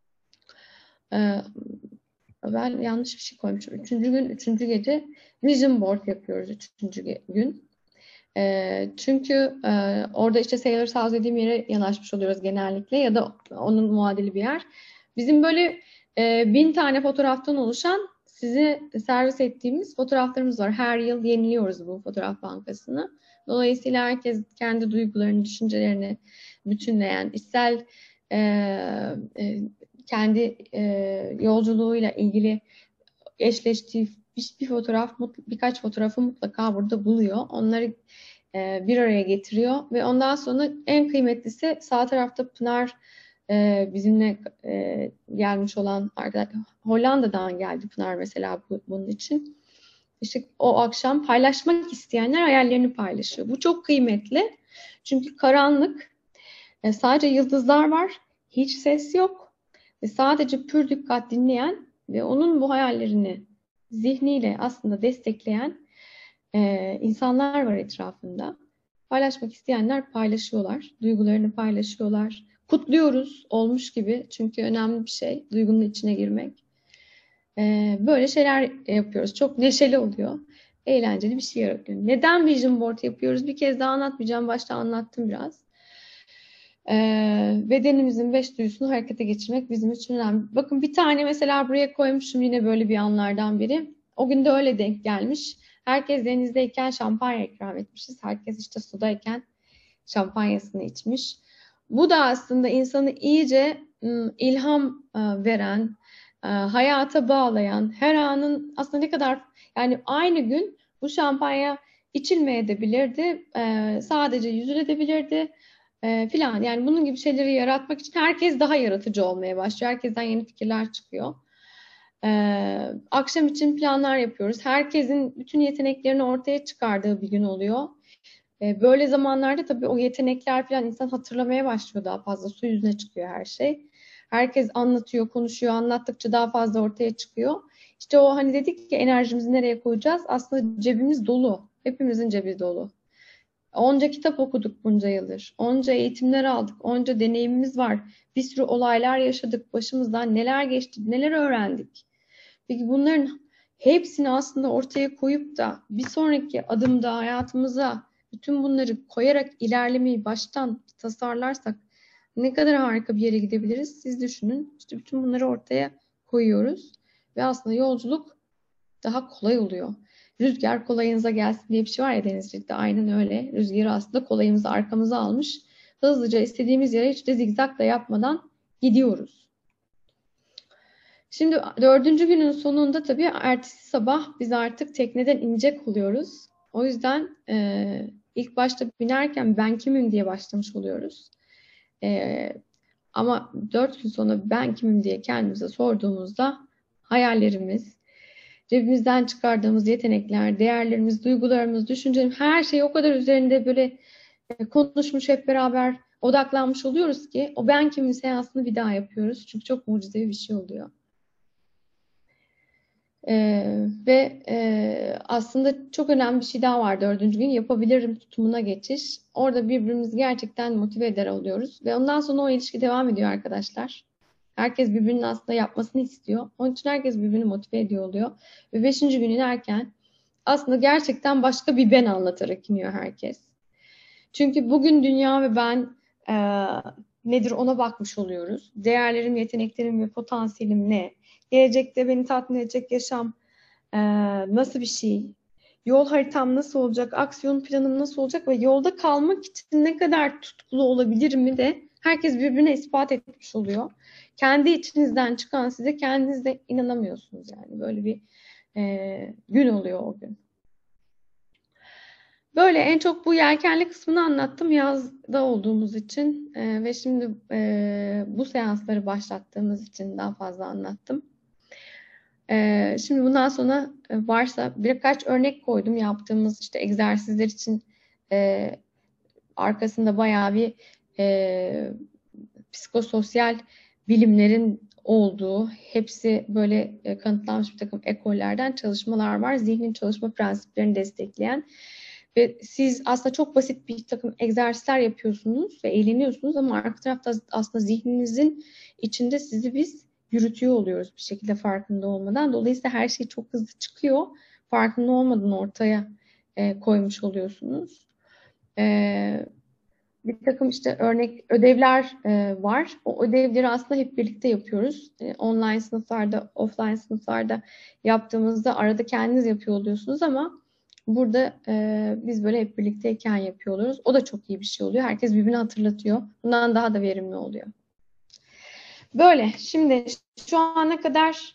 Ben yanlış bir şey koymuşum. Üçüncü gece vision board yapıyoruz üçüncü gün. Çünkü orada işte Sailor's House dediğim yere yanaşmış oluyoruz genellikle ya da onun muadili bir yer. Bizim böyle 1000 tane fotoğraftan oluşan size servis ettiğimiz fotoğraflarımız var. Her yıl yeniliyoruz bu fotoğraf bankasını. Dolayısıyla herkes kendi duygularını, düşüncelerini bütünleyen, içsel kendi yolculuğuyla ilgili eşleştiği birkaç fotoğrafı mutlaka burada buluyor. Onları bir araya getiriyor ve ondan sonra en kıymetlisi sağ tarafta Pınar bizimle gelmiş olan arkadaş, Hollanda'dan geldi Pınar mesela bunun için. İşte o akşam paylaşmak isteyenler hayallerini paylaşıyor. Bu çok kıymetli. Çünkü karanlık, sadece yıldızlar var, hiç ses yok ve sadece pür dikkat dinleyen ve onun bu hayallerini zihniyle aslında destekleyen insanlar var etrafında. Paylaşmak isteyenler paylaşıyorlar, duygularını paylaşıyorlar. Kutluyoruz olmuş gibi çünkü önemli bir şey duygunun içine girmek. Böyle şeyler yapıyoruz. Çok neşeli oluyor. Eğlenceli bir şey yaratıyor. Neden vision board yapıyoruz? Bir kez daha anlatmayacağım. Başta anlattım biraz. Bedenimizin 5 duyusunu harekete geçirmek bizim için önemli. Bakın bir tane mesela buraya koymuşum yine böyle bir anlardan biri. O gün de öyle denk gelmiş. Herkes denizdeyken şampanya ikram etmişiz. Herkes işte sudayken şampanyasını içmiş. Bu da aslında insanı iyice ilham veren, hayata bağlayan, her anın aslında ne kadar yani aynı gün bu şampanya içilmeyebilirdi, sadece yüzülebilirdi filan. Yani bunun gibi şeyleri yaratmak için herkes daha yaratıcı olmaya başlıyor. Herkesten yeni fikirler çıkıyor. Akşam için planlar yapıyoruz. Herkesin bütün yeteneklerini ortaya çıkardığı bir gün oluyor. Böyle zamanlarda tabii o yetenekler falan insan hatırlamaya başlıyor daha fazla. Su yüzüne çıkıyor her şey. Herkes anlatıyor, konuşuyor. Anlattıkça daha fazla ortaya çıkıyor. İşte o hani dedik ki enerjimizi nereye koyacağız? Aslında cebimiz dolu. Hepimizin cebi dolu. Onca kitap okuduk bunca yıldır. Onca eğitimler aldık. Onca deneyimimiz var. Bir sürü olaylar yaşadık. Başımızdan neler geçti, neler öğrendik. Peki bunların hepsini aslında ortaya koyup da bir sonraki adımda hayatımıza bütün bunları koyarak ilerlemeyi baştan tasarlarsak ne kadar harika bir yere gidebiliriz? Siz düşünün. İşte bütün bunları ortaya koyuyoruz ve aslında yolculuk daha kolay oluyor. Rüzgar kolayınıza gelsin diye bir şey var ya denizcilikte. Aynen öyle. Rüzgarı aslında kolayımızı arkamıza almış. Hızlıca istediğimiz yere hiç de zigzag da yapmadan gidiyoruz. Şimdi 4. günün sonunda tabii ertesi sabah biz artık tekneden inecek oluyoruz. O yüzden ilk başta binerken ben kimim diye başlamış oluyoruz. Ama 4 gün sonra ben kimim diye kendimize sorduğumuzda hayallerimiz, cebimizden çıkardığımız yetenekler, değerlerimiz, duygularımız, düşüncelerimiz her şey o kadar üzerinde böyle konuşmuş hep beraber odaklanmış oluyoruz ki o ben kimim seansını bir daha yapıyoruz. Çünkü çok mucizevi bir şey oluyor. Aslında çok önemli bir şey daha var 4. gün. Yapabilirim tutumuna geçiş. Orada birbirimizi gerçekten motive eder oluyoruz. Ve ondan sonra o ilişki devam ediyor arkadaşlar. Herkes birbirinin aslında yapmasını istiyor. Onun için herkes birbirini motive ediyor oluyor. Ve 5. gün inerken aslında gerçekten başka bir ben anlatarak iniyor herkes. Çünkü bugün dünya ve ben nedir ona bakmış oluyoruz. Değerlerim, yeteneklerim ve potansiyelim ne? Gelecekte beni tatmin edecek yaşam nasıl bir şey? Yol haritam nasıl olacak? Aksiyon planım nasıl olacak? Ve yolda kalmak için ne kadar tutkulu olabilirim de herkes birbirine ispat etmiş oluyor. Kendi içinizden çıkan size kendiniz de inanamıyorsunuz yani. Böyle bir gün oluyor o gün. Böyle en çok bu yelkenli kısmını anlattım yazda olduğumuz için ve şimdi bu seansları başlattığımız için daha fazla anlattım. Şimdi bundan sonra varsa birkaç örnek koydum yaptığımız işte egzersizler için. E, Arkasında bayağı bir e, psikososyal bilimlerin olduğu, hepsi böyle kanıtlanmış bir takım ekollerden çalışmalar var. Zihnin çalışma prensiplerini destekleyen ve siz aslında çok basit bir takım egzersizler yapıyorsunuz ve eğleniyorsunuz ama arka tarafta aslında zihninizin içinde sizi biz yürütüyor oluyoruz bir şekilde farkında olmadan. Dolayısıyla her şey çok hızlı çıkıyor. Farkında olmadan ortaya koymuş oluyorsunuz. E, Bir takım işte örnek ödevler var. O ödevleri aslında hep birlikte yapıyoruz. Online sınıflarda, offline sınıflarda yaptığımızda arada kendiniz yapıyor oluyorsunuz ama burada biz böyle hep birlikteyken yapıyor oluyoruz. O da çok iyi bir şey oluyor. Herkes birbirini hatırlatıyor. Bundan daha da verimli oluyor. Böyle. Şimdi şu ana kadar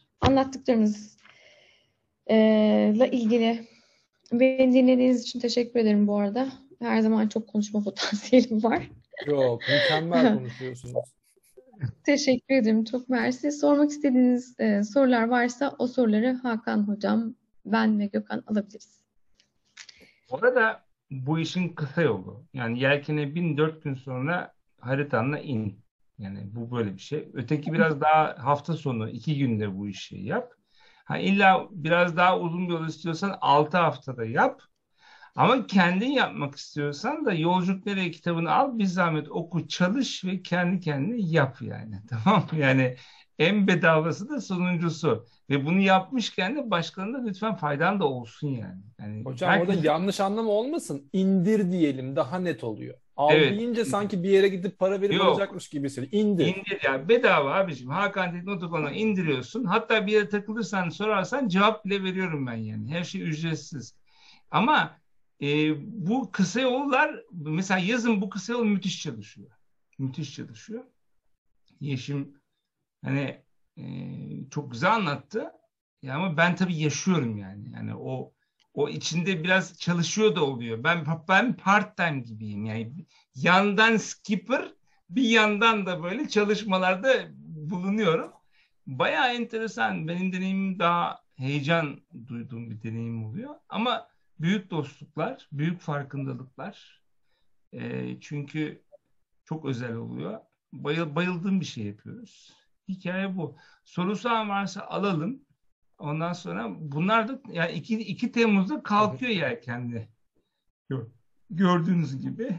anlattıklarınızla ilgili beni dinlediğiniz için teşekkür ederim bu arada. Her zaman çok konuşma potansiyelim var. Yok, mükemmel konuşuyorsunuz. Teşekkür ederim. Çok mersi. Sormak istediğiniz sorular varsa o soruları Hakan Hocam, ben ve Gökhan alabiliriz. Orada bu işin kısa yolu. Yani yelkene bin 4 gün sonra haritanla in. Yani bu böyle bir şey. Öteki biraz daha hafta sonu 2 günde bu işi yap. Ha illa biraz daha uzun bir yol istiyorsan 6 haftada yap. Ama kendin yapmak istiyorsan da Yolculuk Nereye kitabını al, bir zahmet oku, çalış ve kendi kendine yap yani. Tamam mı? Yani en bedavası da sonuncusu. Ve bunu yapmışken de başkalarına lütfen faydan da olsun yani. Yani Hocam orada herkes, yanlış anlama olmasın. İndir diyelim, daha net oluyor. Al evet, deyince sanki bir yere gidip para verip yok. alacakmış gibi hissediyor. İndir. İndir ya, bedava abiciğim. Hakan Teknotokon'a indiriyorsun. Hatta bir yere takılırsan, sorarsan cevap bile veriyorum ben yani. Her şey ücretsiz. Ama bu kısa yollar, mesela yazın bu kısa yol müthiş çalışıyor. Müthiş çalışıyor. Yeşim hani çok güzel anlattı. Ya ama ben tabii yaşıyorum yani. Yani o içinde biraz çalışıyor da oluyor. Ben part time gibiyim. Yani yandan skipper, bir yandan da böyle çalışmalarda bulunuyorum. Bayağı enteresan. Benim deneyimim daha heyecan duyduğum bir deneyim oluyor. Ama büyük dostluklar, büyük farkındalıklar. Çünkü çok özel oluyor. Bayıldığım bir şey yapıyoruz. Hikaye bu. Sorusu varsa alalım. Ondan sonra bunlar da yani 2 Temmuz'da kalkıyor yelkenli. Gördüğünüz gibi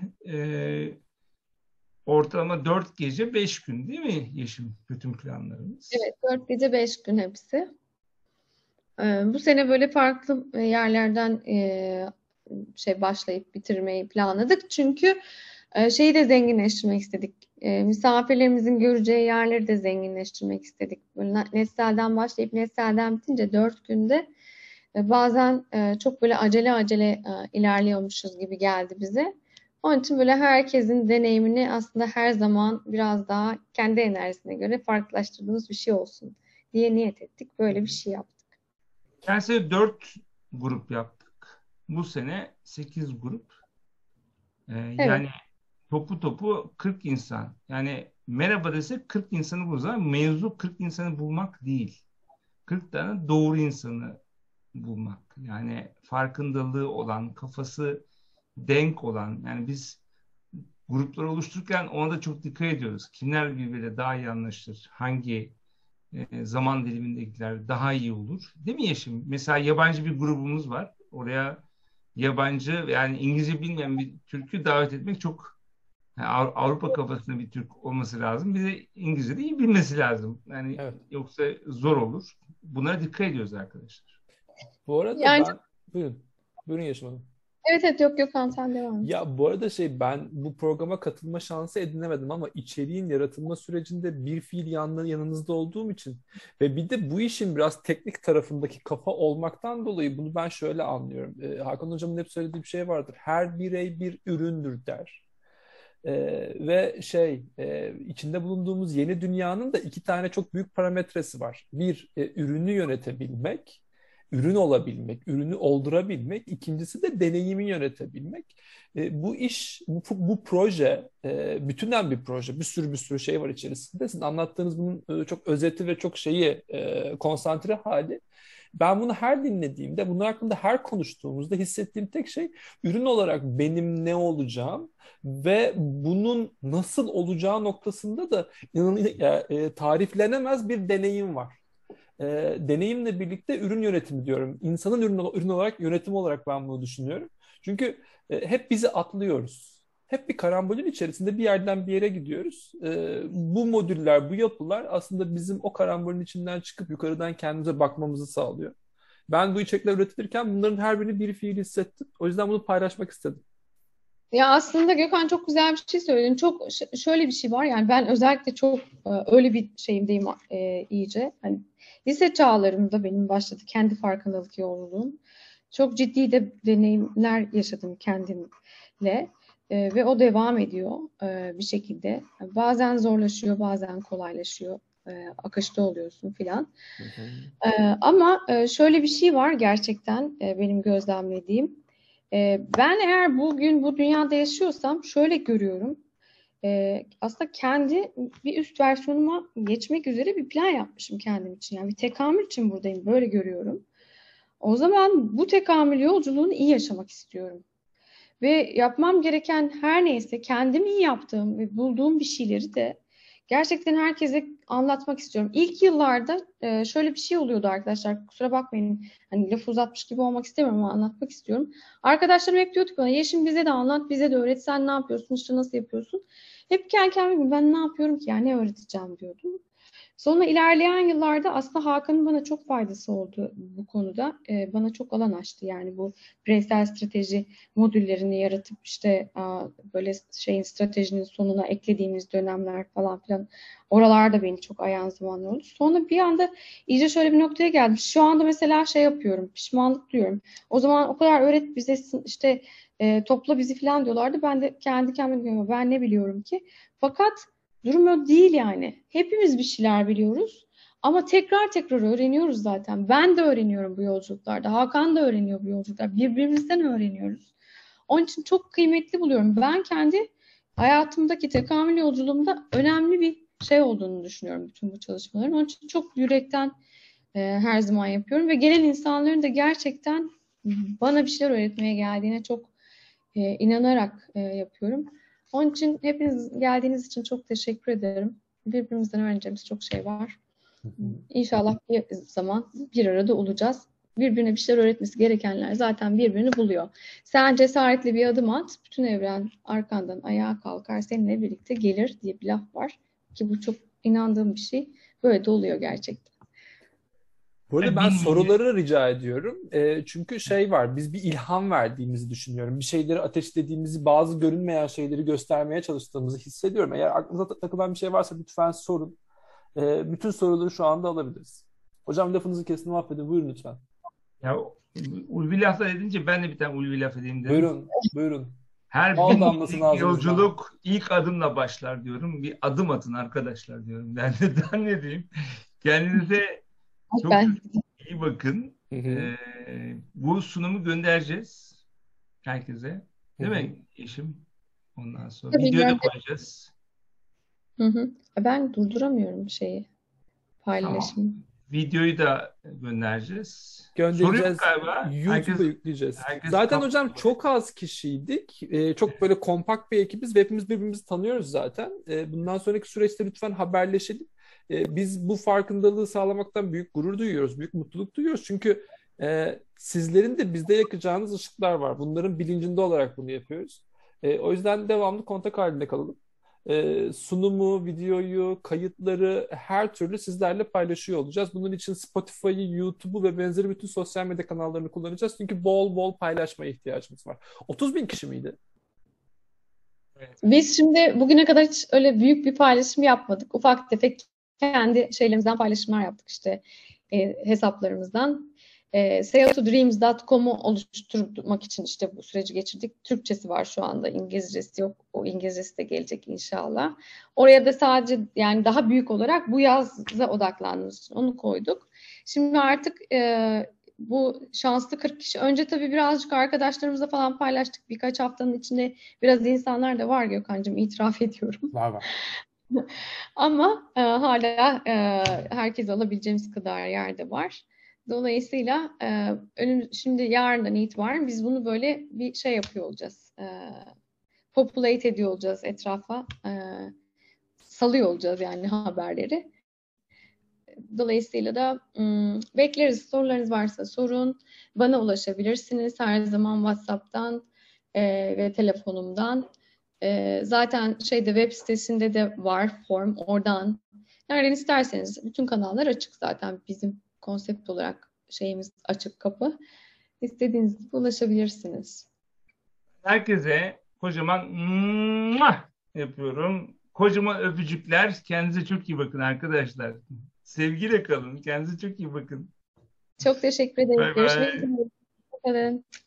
ortalama 4 gece 5 gün değil mi Yeşim? Bütün planlarımız. Evet, 4 gece 5 gün hepsi. Bu sene böyle farklı yerlerden başlayıp bitirmeyi planladık. Çünkü şeyi de zenginleştirmek istedik. Misafirlerimizin göreceği yerleri de zenginleştirmek istedik. Böyle Netsel'den başlayıp Netsel'den bitince 4 günde bazen çok böyle acele ilerliyormuşuz gibi geldi bize. Onun için böyle herkesin deneyimini aslında her zaman biraz daha kendi enerjisine göre farklılaştırdığımız bir şey olsun diye niyet ettik. Böyle bir şey yaptık. Geçen sene 4 grup yaptık. Bu sene 8 grup. Evet. Yani topu 40 insan. Yani merhaba desek 40 insanı buluruz ama mevzu 40 insanı bulmak değil. 40 tane doğru insanı bulmak. Yani farkındalığı olan, kafası denk olan. Yani biz grupları oluştururken ona da çok dikkat ediyoruz. Kimler birbiriyle daha iyi anlaşır? Hangi zaman dilimindekiler daha iyi olur? Değil mi Yeşim? Mesela yabancı bir grubumuz var. Oraya yabancı yani İngilizce bilmeyen bir Türk'ü davet etmek çok, yani Avrupa kafasında bir Türk olması lazım. Bir de İngilizce de iyi bilmesi lazım. Yani Evet. yoksa zor olur. Bunlara dikkat ediyoruz arkadaşlar. Bu arada Yani ben... Buyurun. Buyurun Yeşim Hanım. evet yok Gökhan sen devam et. Ya bu arada ben bu programa katılma şansı edinemedim ama içeriğin yaratılma sürecinde bir fiil yanınızda olduğum için ve bir de bu işin biraz teknik tarafındaki kafa olmaktan dolayı bunu ben şöyle anlıyorum. Hakan Hocam'ın hep söylediği bir şey vardır. Her birey bir üründür der. Ve içinde bulunduğumuz yeni dünyanın da iki tane çok büyük parametresi var. Bir, ürünü yönetebilmek. ürün olabilmek, ürünü oldurabilmek, ikincisi de deneyimi yönetebilmek. Bu iş, bu proje, bütünden bir proje, bir sürü şey var içerisinde. Sizin anlattığınız bunun çok özeti ve çok konsantre hali. Ben bunu her dinlediğimde, bunun hakkında her konuştuğumuzda hissettiğim tek şey ürün olarak benim ne olacağım ve bunun nasıl olacağı noktasında da tariflenemez bir deneyim var. Deneyimle birlikte ürün yönetimi diyorum. İnsanın ürün olarak, yönetim olarak ben bunu düşünüyorum. Çünkü hep bizi atlıyoruz. Hep bir karambolün içerisinde bir yerden bir yere gidiyoruz. Bu modüller, bu yapılar aslında bizim o karambolün içinden çıkıp yukarıdan kendimize bakmamızı sağlıyor. Ben bu içerikler üretilirken bunların her birini bir fiil hissettim. O yüzden bunu paylaşmak istedim. Ya aslında Gökhan çok güzel bir şey söyledin. Çok şöyle bir şey var, yani ben özellikle çok öyle bir şeyimdeyim iyice. Hani lise çağlarımda benim başladı kendi farkındalık yolculuğum. Çok ciddi de deneyimler yaşadım kendimle. Ve o devam ediyor bir şekilde. Bazen zorlaşıyor, bazen kolaylaşıyor. Akışta oluyorsun filan. Hı hı. Ama şöyle bir şey var gerçekten benim gözlemlediğim. Ben eğer bugün bu dünyada yaşıyorsam şöyle görüyorum. Aslında kendi bir üst versiyonuma geçmek üzere bir plan yapmışım kendim için. Yani bir tekamül için buradayım. Böyle görüyorum. O zaman bu tekamül yolculuğunu iyi yaşamak istiyorum. Ve yapmam gereken her neyse kendim iyi yaptığım ve bulduğum bir şeyleri de gerçekten herkese anlatmak istiyorum. İlk yıllarda şöyle bir şey oluyordu arkadaşlar. Kusura bakmayın. Hani lafı uzatmış gibi olmak istemiyorum ama anlatmak istiyorum. Arkadaşlarım hep diyordu ki bana, Yeşim bize de anlat, bize de öğret. Sen ne yapıyorsun, işte nasıl yapıyorsun? Hep kendi kendime ben ne yapıyorum ki, yani ne öğreteceğim diyordum. Sonra ilerleyen yıllarda aslında Hakan'ın bana çok faydası oldu bu konuda. Bana çok alan açtı. Yani bu bireysel strateji modüllerini yaratıp işte böyle stratejinin sonuna eklediğimiz dönemler falan filan, oralarda beni çok ayan zamanlar oldu. Sonra bir anda iyice şöyle bir noktaya geldim. Şu anda mesela şey yapıyorum, pişmanlık duyuyorum. O zaman o kadar öğret bize, işte topla bizi falan diyorlardı. Ben de kendi kendime diyorum, ben ne biliyorum ki? Fakat durum o değil yani. Hepimiz bir şeyler biliyoruz. Ama tekrar tekrar öğreniyoruz zaten. Ben de öğreniyorum bu yolculuklarda. Hakan da öğreniyor bu yolculuklarda. Birbirimizden öğreniyoruz. Onun için çok kıymetli buluyorum. Ben kendi hayatımdaki tekamül yolculuğumda önemli bir şey olduğunu düşünüyorum bütün bu çalışmaların. Onun için çok yürekten her zaman yapıyorum. Ve gelen insanların da gerçekten bana bir şeyler öğretmeye geldiğine çok inanarak yapıyorum. Onun için hepiniz geldiğiniz için çok teşekkür ederim. Birbirimizden öğreneceğimiz çok şey var. İnşallah bir zaman bir arada olacağız. Birbirine bir şeyler öğretmesi gerekenler zaten birbirini buluyor. Sen cesaretli bir adım at, bütün evren arkandan ayağa kalkar, seninle birlikte gelir diye bir laf var. Ki bu çok inandığım bir şey. Böyle de oluyor gerçekten. Bu arada ben Bilmiyorum. soruları rica ediyorum. Çünkü şey var, biz bir ilham verdiğimizi düşünüyorum. Bir şeyleri ateşlediğimizi, bazı görünmeyen şeyleri göstermeye çalıştığımızı hissediyorum. Eğer aklınıza takılan bir şey varsa lütfen sorun. Bütün soruları şu anda alabiliriz. Hocam lafınızı kestim, affedin. Buyurun lütfen. Ya ulvi laflar edince ben de bir tane ulvi laf edeyim dedim. Buyurun, buyurun. Her Bal damlasın bindiğiniz ağzınızdan. yolculuk ilk adımla başlar diyorum. Bir adım atın arkadaşlar diyorum. Ben de daha ne diyeyim. Kendinize çok Ben iyi bakın. Hı hı, Bu sunumu göndereceğiz herkese. hı Değil hı. mi Yeşim? Ondan sonra tabii videoyu da koyacağız. Hı hı. Ben durduramıyorum şeyi, Tamam. paylaşımı. Videoyu da göndereceğiz. Soru yok Göndereceğiz. galiba. YouTube'a yükleyeceğiz. Herkes Zaten kaptı. hocam çok az kişiydik. Çok böyle kompakt bir ekibiz ve hepimiz birbirimizi tanıyoruz zaten. Bundan sonraki süreçte lütfen haberleşelim. Biz bu farkındalığı sağlamaktan büyük gurur duyuyoruz, büyük mutluluk duyuyoruz. Çünkü sizlerin de bizde yakacağınız ışıklar var. Bunların bilincinde olarak bunu yapıyoruz. O yüzden devamlı kontak halinde kalalım. Sunumu, videoyu, kayıtları her türlü sizlerle paylaşıyor olacağız. Bunun için Spotify'ı, YouTube'u ve benzeri bütün sosyal medya kanallarını kullanacağız. Çünkü bol bol paylaşmaya ihtiyacımız var. 30 bin kişi miydi? Biz şimdi bugüne kadar hiç öyle büyük bir paylaşım yapmadık. Ufak tefek kendi şeylerimizden paylaşımlar yaptık işte hesaplarımızdan. SEOtodreams.com'u oluşturmak için işte bu süreci geçirdik. Türkçesi var şu anda, İngilizcesi yok. O İngilizcesi de gelecek inşallah. Oraya da sadece yani daha büyük olarak bu yaza odaklandığımız için onu koyduk. Şimdi artık bu şanslı 40 kişi. Önce tabii birazcık arkadaşlarımızla falan paylaştık. Birkaç haftanın içinde biraz insanlar da var Gökhan'cığım, itiraf ediyorum. Var. Ama hala herkes alabileceğimiz kadar yerde var. Dolayısıyla şimdi yarından itibaren biz bunu böyle bir şey yapıyor olacağız. Populate ediyor olacağız etrafa. Salıyor olacağız yani haberleri. Dolayısıyla da bekleriz. Sorularınız varsa sorun. Bana ulaşabilirsiniz her zaman WhatsApp'tan ve telefonumdan. Zaten web sitesinde de var form. Oradan nereden isterseniz bütün kanallar açık zaten. Bizim konsept olarak şeyimiz açık kapı. İstediğiniz gibi ulaşabilirsiniz. Herkese kocaman muah yapıyorum. Kocaman öpücükler. Kendinize çok iyi bakın arkadaşlar. Sevgiyle kalın. Kendinize çok iyi bakın. Çok teşekkür ederim. Bay Görüşmek bay. üzere. Hoşçakalın.